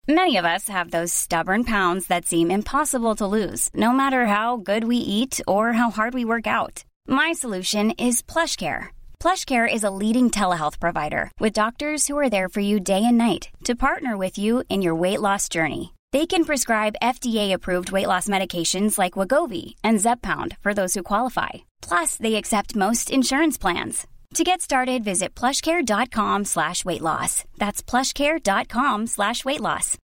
Many of us have those stubborn pounds that seem impossible to lose, no matter how good we eat or how hard we work out. My solution is PlushCare. PlushCare is a leading telehealth provider with doctors who are there for you day and night to partner with you in your weight loss journey. They can prescribe FDA-approved weight loss medications like Wegovy and Zepbound for those who qualify. Plus, they accept most insurance plans. To get started, visit plushcare.com/weightloss. That's plushcare.com/weightloss.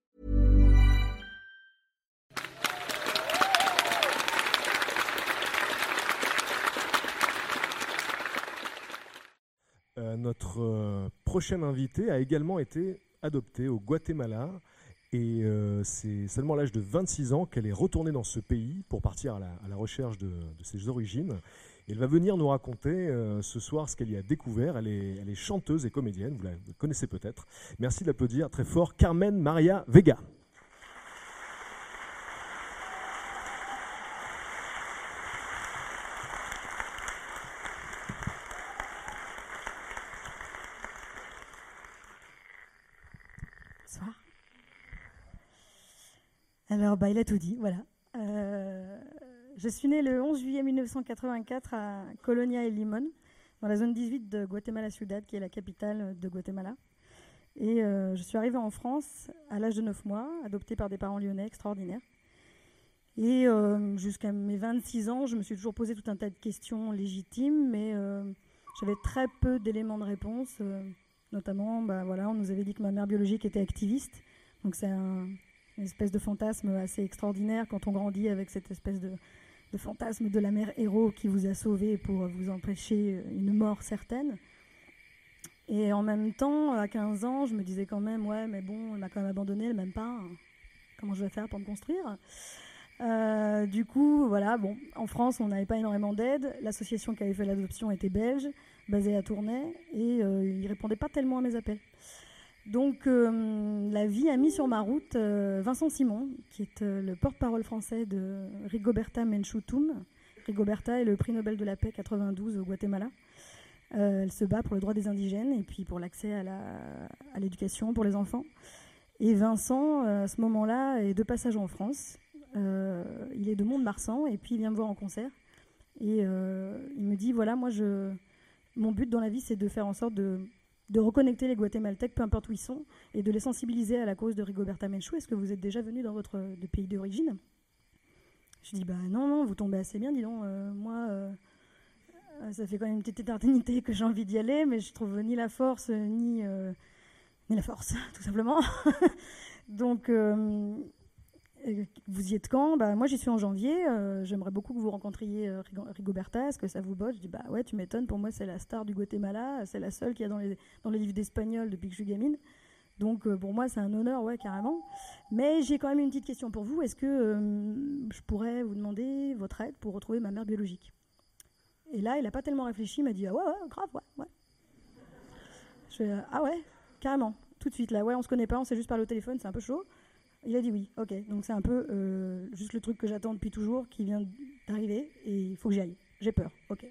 Notre prochaine invitée a également été adoptée au Guatemala et c'est seulement à l'âge de 26 ans qu'elle est retournée dans ce pays pour partir à la recherche de ses origines. Elle va venir nous raconter ce soir ce qu'elle y a découvert. Elle est chanteuse et comédienne, vous la connaissez peut-être. Merci de l'applaudir très fort, Carmen Maria Vega. Bonsoir. Alors, il a tout dit, voilà. Je suis née le 11 juillet 1984 à Colonia El Limón, dans la zone 18 de Guatemala Ciudad, qui est la capitale de Guatemala. Et je suis arrivée en France à l'âge de 9 mois, adoptée par des parents lyonnais extraordinaires. Et jusqu'à mes 26 ans, je me suis toujours posé tout un tas de questions légitimes, mais j'avais très peu d'éléments de réponse. Notamment, on nous avait dit que ma mère biologique était activiste. Donc c'est une espèce de fantasme assez extraordinaire quand on grandit avec cette espèce de fantasme de la mère héros qui vous a sauvé pour vous empêcher une mort certaine. Et en même temps, à 15 ans, je me disais quand même, ouais, mais bon, elle m'a quand même abandonnée, elle m'aime pas. Comment je vais faire pour me construire ? Du coup, voilà, en France, on n'avait pas énormément d'aide. L'association qui avait fait l'adoption était belge, basée à Tournai, et ils ne répondaient pas tellement à mes appels. Donc, la vie a mis sur ma route Vincent Simon, qui est le porte-parole français de Rigoberta Menchú Tum. Rigoberta est le prix Nobel de la paix 92 au Guatemala. Elle se bat pour le droit des indigènes et puis pour l'accès à l'éducation pour les enfants. Et Vincent, à ce moment-là, est de passage en France. Il est de Mont-de-Marsan et puis il vient me voir en concert. Et il me dit, voilà, mon but dans la vie, c'est de faire en sorte de reconnecter les Guatémaltèques, peu importe où ils sont, et de les sensibiliser à la cause de Rigoberta Menchú. Est-ce que vous êtes déjà venu dans votre pays d'origine ? Je dis, non, vous tombez assez bien, dis donc. Moi, ça fait quand même une petite éternité que j'ai envie d'y aller, mais je trouve ni la force, ni la force, tout simplement. Donc, vous y êtes quand ? Moi, j'y suis en janvier. J'aimerais beaucoup que vous rencontriez Rigoberta. Est-ce que ça vous botte ? Je dis, ouais, tu m'étonnes. Pour moi, c'est la star du Guatemala. C'est la seule qu'il y a dans les livres d'espagnol depuis que je suis gamine. Donc, pour moi, c'est un honneur, ouais, carrément. Mais j'ai quand même une petite question pour vous. Est-ce que je pourrais vous demander votre aide pour retrouver ma mère biologique ? Et là, il n'a pas tellement réfléchi. Il m'a dit, ah ouais, grave, ouais. Je fais, ah ouais, carrément. Tout de suite, là, ouais, on se connaît pas, on s'est juste parlé au téléphone, c'est un peu chaud. Il a dit oui, ok. Donc c'est un peu juste le truc que j'attends depuis toujours qui vient d'arriver et il faut que j'y aille. J'ai peur, ok.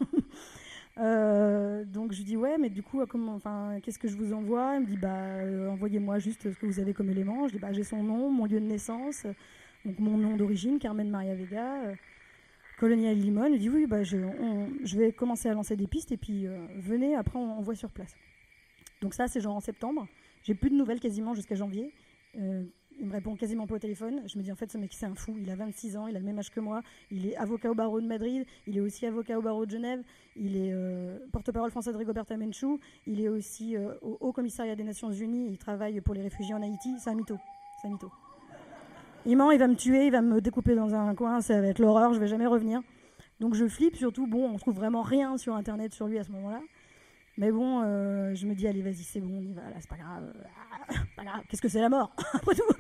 Donc je lui dis ouais, mais du coup, qu'est-ce que je vous envoie ? Il me dit envoyez-moi juste ce que vous avez comme élément. Je dis j'ai son nom, mon lieu de naissance, donc mon nom d'origine, Carmen Maria Vega, Colonia El Limón. Il dit oui, je vais commencer à lancer des pistes et puis venez, après on voit sur place. Donc ça, c'est genre en septembre. J'ai plus de nouvelles quasiment jusqu'à janvier. Il me répond quasiment pas au téléphone. Je me dis en fait ce mec c'est un fou, il a 26 ans, il a le même âge que moi, il est avocat au barreau de Madrid, il est aussi avocat au barreau de Genève, il est porte-parole français de Rigoberta Menchú, il est aussi au Haut Commissariat des Nations Unies, il travaille pour les réfugiés en Haïti, c'est un mytho. Il ment, il va me tuer, il va me découper dans un coin, ça va être l'horreur, je vais jamais revenir. Donc je flippe, surtout, on trouve vraiment rien sur internet sur lui à ce moment-là. Mais bon, je me dis, allez, vas-y, c'est bon, on y va, là, c'est pas grave. Qu'est-ce que c'est la mort, après tout.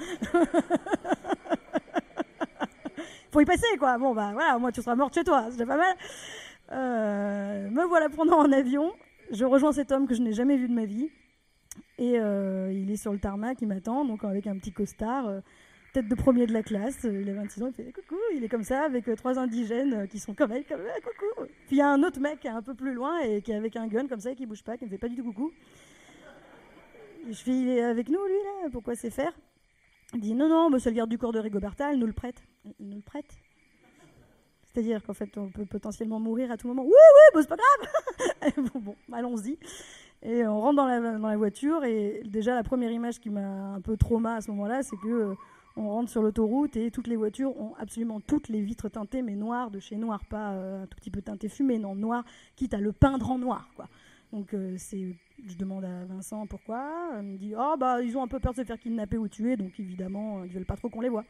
Faut y passer, quoi. Bon, voilà, au moins tu seras morte chez toi, c'est déjà pas mal. Me voilà prenant en avion. Je rejoins cet homme que je n'ai jamais vu de ma vie. Et il est sur le tarmac, il m'attend, donc avec un petit costard, tête de premier de la classe. Il a 26 ans, il fait coucou. Il est comme ça, avec 3 indigènes qui sont comme elle, coucou. Puis il y a un autre mec un peu plus loin et qui est avec un gun comme ça, qui bouge pas, qui ne fait pas du tout coucou. Et je fais, il est avec nous, lui, là, pourquoi c'est faire ? Il dit non, c'est le garde du corps de Rigoberta, elle nous le prête. C'est-à-dire qu'en fait, on peut potentiellement mourir à tout moment. Oui, c'est pas grave. bon, allons-y. Et on rentre dans la voiture, et déjà la première image qui m'a un peu trauma à ce moment-là, c'est que on rentre sur l'autoroute et toutes les voitures ont absolument toutes les vitres teintées, mais noires, de chez Noir, pas un tout petit peu teinté fumé, non, noir, quitte à le peindre en noir, quoi. Donc je demande à Vincent pourquoi. Il me dit ils ont un peu peur de se faire kidnapper ou tuer, donc évidemment ils veulent pas trop qu'on les voit.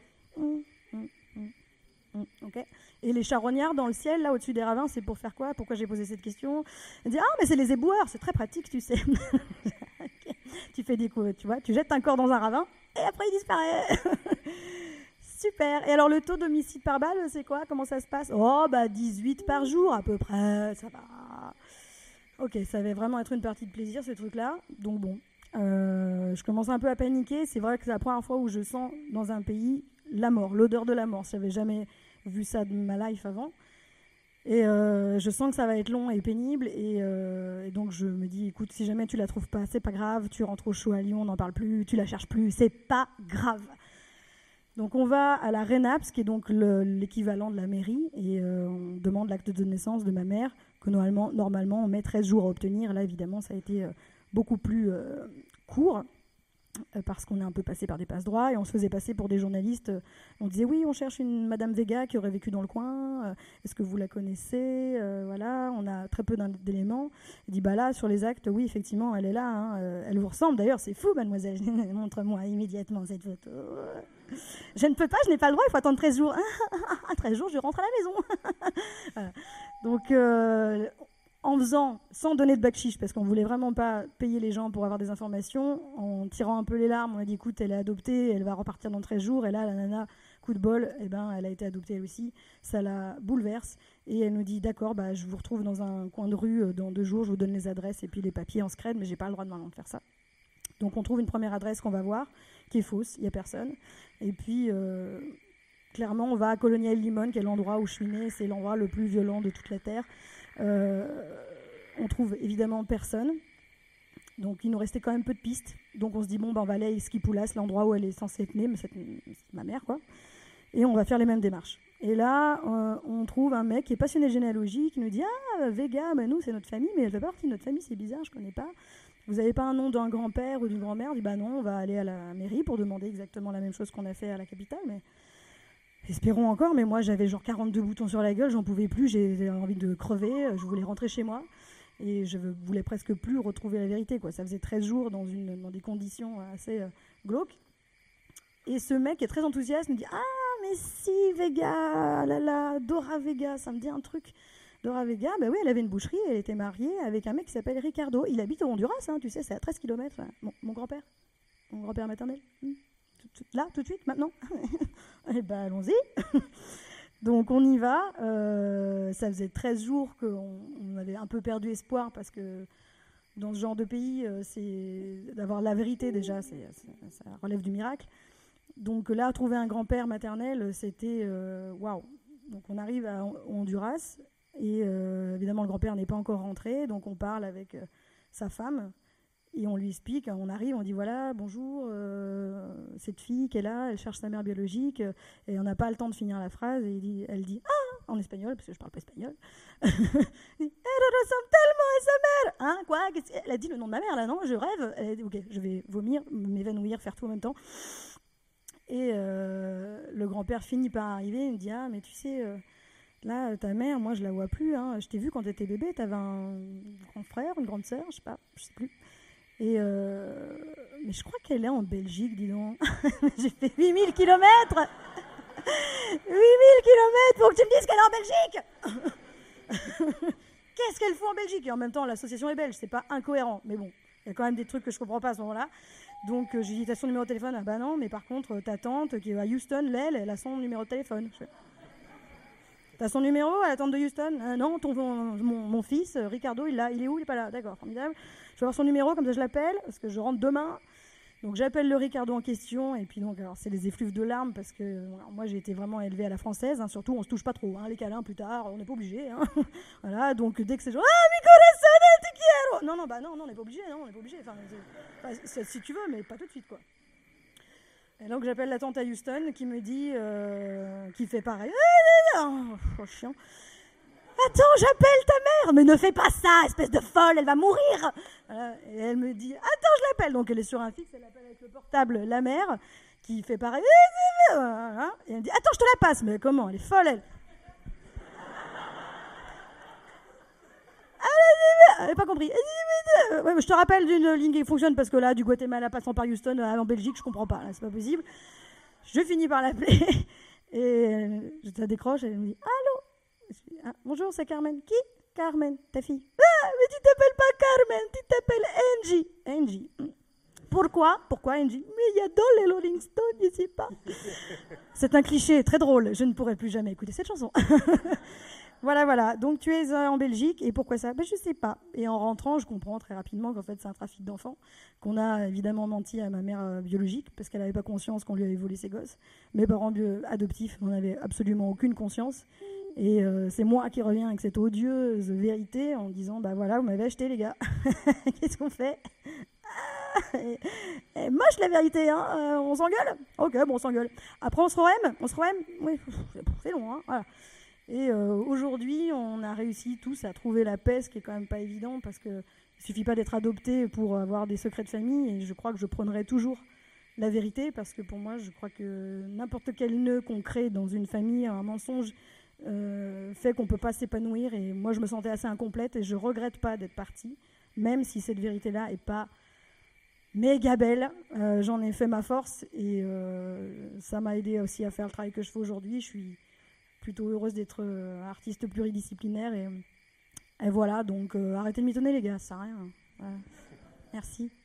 Okay. Et les charognards dans le ciel, là au-dessus des ravins, c'est pour faire quoi? Pourquoi j'ai posé cette question? Il dit mais c'est les éboueurs, c'est très pratique, tu sais. Okay. Tu fais des coups, tu vois, tu jettes un corps dans un ravin et après il disparaît. Super. Et alors le taux d'homicide par balle, c'est quoi? Comment ça se passe? 18 par jour à peu près, ça va. Ok, ça va vraiment être une partie de plaisir ce truc-là. Donc bon, je commence un peu à paniquer. C'est vrai que c'est la première fois où je sens dans un pays la mort, l'odeur de la mort. Je n'avais jamais vu ça de ma life avant. Et je sens que ça va être long et pénible. Et donc je me dis, écoute, si jamais tu la trouves pas, c'est pas grave. Tu rentres au chaud à Lyon, on n'en parle plus. Tu la cherches plus, c'est pas grave. Donc on va à la RENAPS, qui est donc l'équivalent de la mairie, et on demande l'acte de naissance de ma mère, que normalement on met 13 jours à obtenir. Là évidemment ça a été beaucoup plus court, parce qu'on est un peu passé par des passe-droits, et on se faisait passer pour des journalistes. On disait oui, on cherche une Madame Vega qui aurait vécu dans le coin, est-ce que vous la connaissez? Voilà, on a très peu d'éléments. Il dit là sur les actes, oui effectivement elle est là, hein, elle vous ressemble d'ailleurs, c'est fou mademoiselle. Montre-moi immédiatement cette photo. Je ne peux pas, je n'ai pas le droit, il faut attendre 13 jours. 13 jours, je rentre à la maison. Voilà. Donc en faisant, sans donner de backchiche, parce qu'on ne voulait vraiment pas payer les gens pour avoir des informations, en tirant un peu les larmes, on a dit écoute, elle est adoptée, elle va repartir dans 13 jours, et là la nana, coup de bol, elle a été adoptée elle aussi, ça la bouleverse, et elle nous dit d'accord, je vous retrouve dans un coin de rue dans 2 jours, je vous donne les adresses et puis les papiers en scred, mais j'ai pas le droit de maintenant de faire ça. Donc on trouve une première adresse qu'on va voir, qui est fausse, il n'y a personne, et puis clairement on va à Colonia El Limón, qui est l'endroit où je suis née, c'est l'endroit le plus violent de toute la Terre. On trouve évidemment personne, donc il nous restait quand même peu de pistes, donc on se dit on va aller à Esquipulas, l'endroit où elle est censée être née, mais c'est ma mère quoi, et on va faire les mêmes démarches. Et là on trouve un mec qui est passionné de généalogie, qui nous dit Vega, nous c'est notre famille, mais elle fait pas partie de notre famille, c'est bizarre, je connais pas. Vous n'avez pas un nom d'un grand-père ou d'une grand-mère? On dit non, on va aller à la mairie pour demander exactement la même chose qu'on a fait à la capitale, mais espérons encore. Mais moi j'avais genre 42 boutons sur la gueule, j'en pouvais plus, j'ai envie de crever, je voulais rentrer chez moi et je voulais presque plus retrouver la vérité, quoi. Ça faisait 13 jours dans des conditions assez glauques. Et ce mec est très enthousiaste, me dit mais si Vega, Dora Vega, ça me dit un truc. Dora Vega, oui, elle avait une boucherie, elle était mariée avec un mec qui s'appelle Ricardo. Il habite au Honduras, tu sais, c'est à 13 km. Mon grand-père maternel. Là, tout de suite, maintenant. Eh allons-y. Donc on y va. Ça faisait 13 jours qu'on avait un peu perdu espoir, parce que dans ce genre de pays, c'est d'avoir la vérité déjà, ça relève du miracle. Donc là, trouver un grand-père maternel, c'était waouh. Donc on arrive à Honduras. Et évidemment, le grand-père n'est pas encore rentré, donc on parle avec sa femme et on lui explique. On arrive, on dit voilà, bonjour, cette fille qui est là, elle cherche sa mère biologique, et on n'a pas le temps de finir la phrase. Et elle dit en espagnol, parce que je parle pas espagnol. Elle ressemble tellement à sa mère. Quoi? Elle a dit le nom de ma mère là, non? Je rêve. Elle a dit ok, je vais vomir, m'évanouir, faire tout en même temps. Et le grand-père finit par arriver, il me dit mais tu sais. Là, ta mère, moi, je la vois plus. Je t'ai vu quand t'étais bébé. T'avais un grand frère, une grande sœur, je sais plus. Et mais je crois qu'elle est en Belgique, dis donc. J'ai fait 8000 kilomètres. 8000 kilomètres pour que tu me dises qu'elle est en Belgique. Qu'est-ce qu'elle fout en Belgique? Et en même temps, l'association est belge. C'est pas incohérent. Mais bon, il y a quand même des trucs que je comprends pas à ce moment-là. Donc, j'ai dit, t'as son numéro de téléphone? Non, mais par contre, ta tante qui est à Houston, elle a son numéro de téléphone. T'as son numéro à la tante de Houston? Non, mon fils, Ricardo, il est où? Il est pas là. D'accord, formidable. Je vais avoir son numéro, comme ça je l'appelle, parce que je rentre demain. Donc j'appelle le Ricardo en question, et puis donc, alors c'est les effluves de larmes, parce que moi j'ai été vraiment élevée à la française, surtout on se touche pas trop, les câlins plus tard, on n'est pas obligé. Voilà, donc dès que c'est genre mi corazón te quiero. Non, on n'est pas obligé, Enfin, si tu veux, mais pas tout de suite, quoi. Et donc j'appelle la tante à Houston qui me dit, qui fait pareil. Oh, chiant. Attends, j'appelle ta mère. Mais ne fais pas ça, espèce de folle, elle va mourir. Voilà. Et elle me dit, attends, je l'appelle. Donc elle est sur un fixe, elle appelle avec le portable la mère qui fait pareil. Voilà. Et elle me dit, attends, je te la passe. Mais comment? Elle est folle, elle. Elle n'a pas compris. Ouais, mais je te rappelle d'une ligne qui fonctionne parce que là, du Guatemala passant par Houston en Belgique, je comprends pas. Là, c'est pas possible. Je finis par l'appeler et ça décroche. Elle me dit allô. Ah, bonjour, c'est Carmen. Qui? Carmen, ta fille. Ah, mais tu t'appelles pas Carmen, tu t'appelles Angie. Angie. Pourquoi? Pourquoi Angie? Mais il y a dans les Rolling Stones, je sais pas. C'est un cliché très drôle. Je ne pourrai plus jamais écouter cette chanson. Voilà. Donc tu es en Belgique et pourquoi ça? Je sais pas. Et en rentrant, je comprends très rapidement qu'en fait c'est un trafic d'enfants, qu'on a évidemment menti à ma mère biologique parce qu'elle n'avait pas conscience qu'on lui avait volé ses gosses. Mes parents adoptifs n'en avaient absolument aucune conscience. Et c'est moi qui reviens avec cette odieuse vérité en disant voilà, vous m'avez acheté les gars. Qu'est-ce qu'on fait? Et moche la vérité, hein. On s'engueule? Ok, bon, on s'engueule. Après on se re-aime? Oui, c'est long, hein. Voilà. Et aujourd'hui, on a réussi tous à trouver la paix, ce qui est quand même pas évident, parce qu'il ne suffit pas d'être adopté pour avoir des secrets de famille, et je crois que je prônerai toujours la vérité, parce que pour moi, je crois que n'importe quel nœud qu'on crée dans une famille, un mensonge, fait qu'on ne peut pas s'épanouir, et moi je me sentais assez incomplète, et je ne regrette pas d'être partie, même si cette vérité-là n'est pas méga belle. J'en ai fait ma force, et ça m'a aidé aussi à faire le travail que je fais aujourd'hui. Je suis plutôt heureuse d'être artiste pluridisciplinaire et voilà, donc arrêtez de m'étonner les gars, ça sert à rien. Voilà. Merci.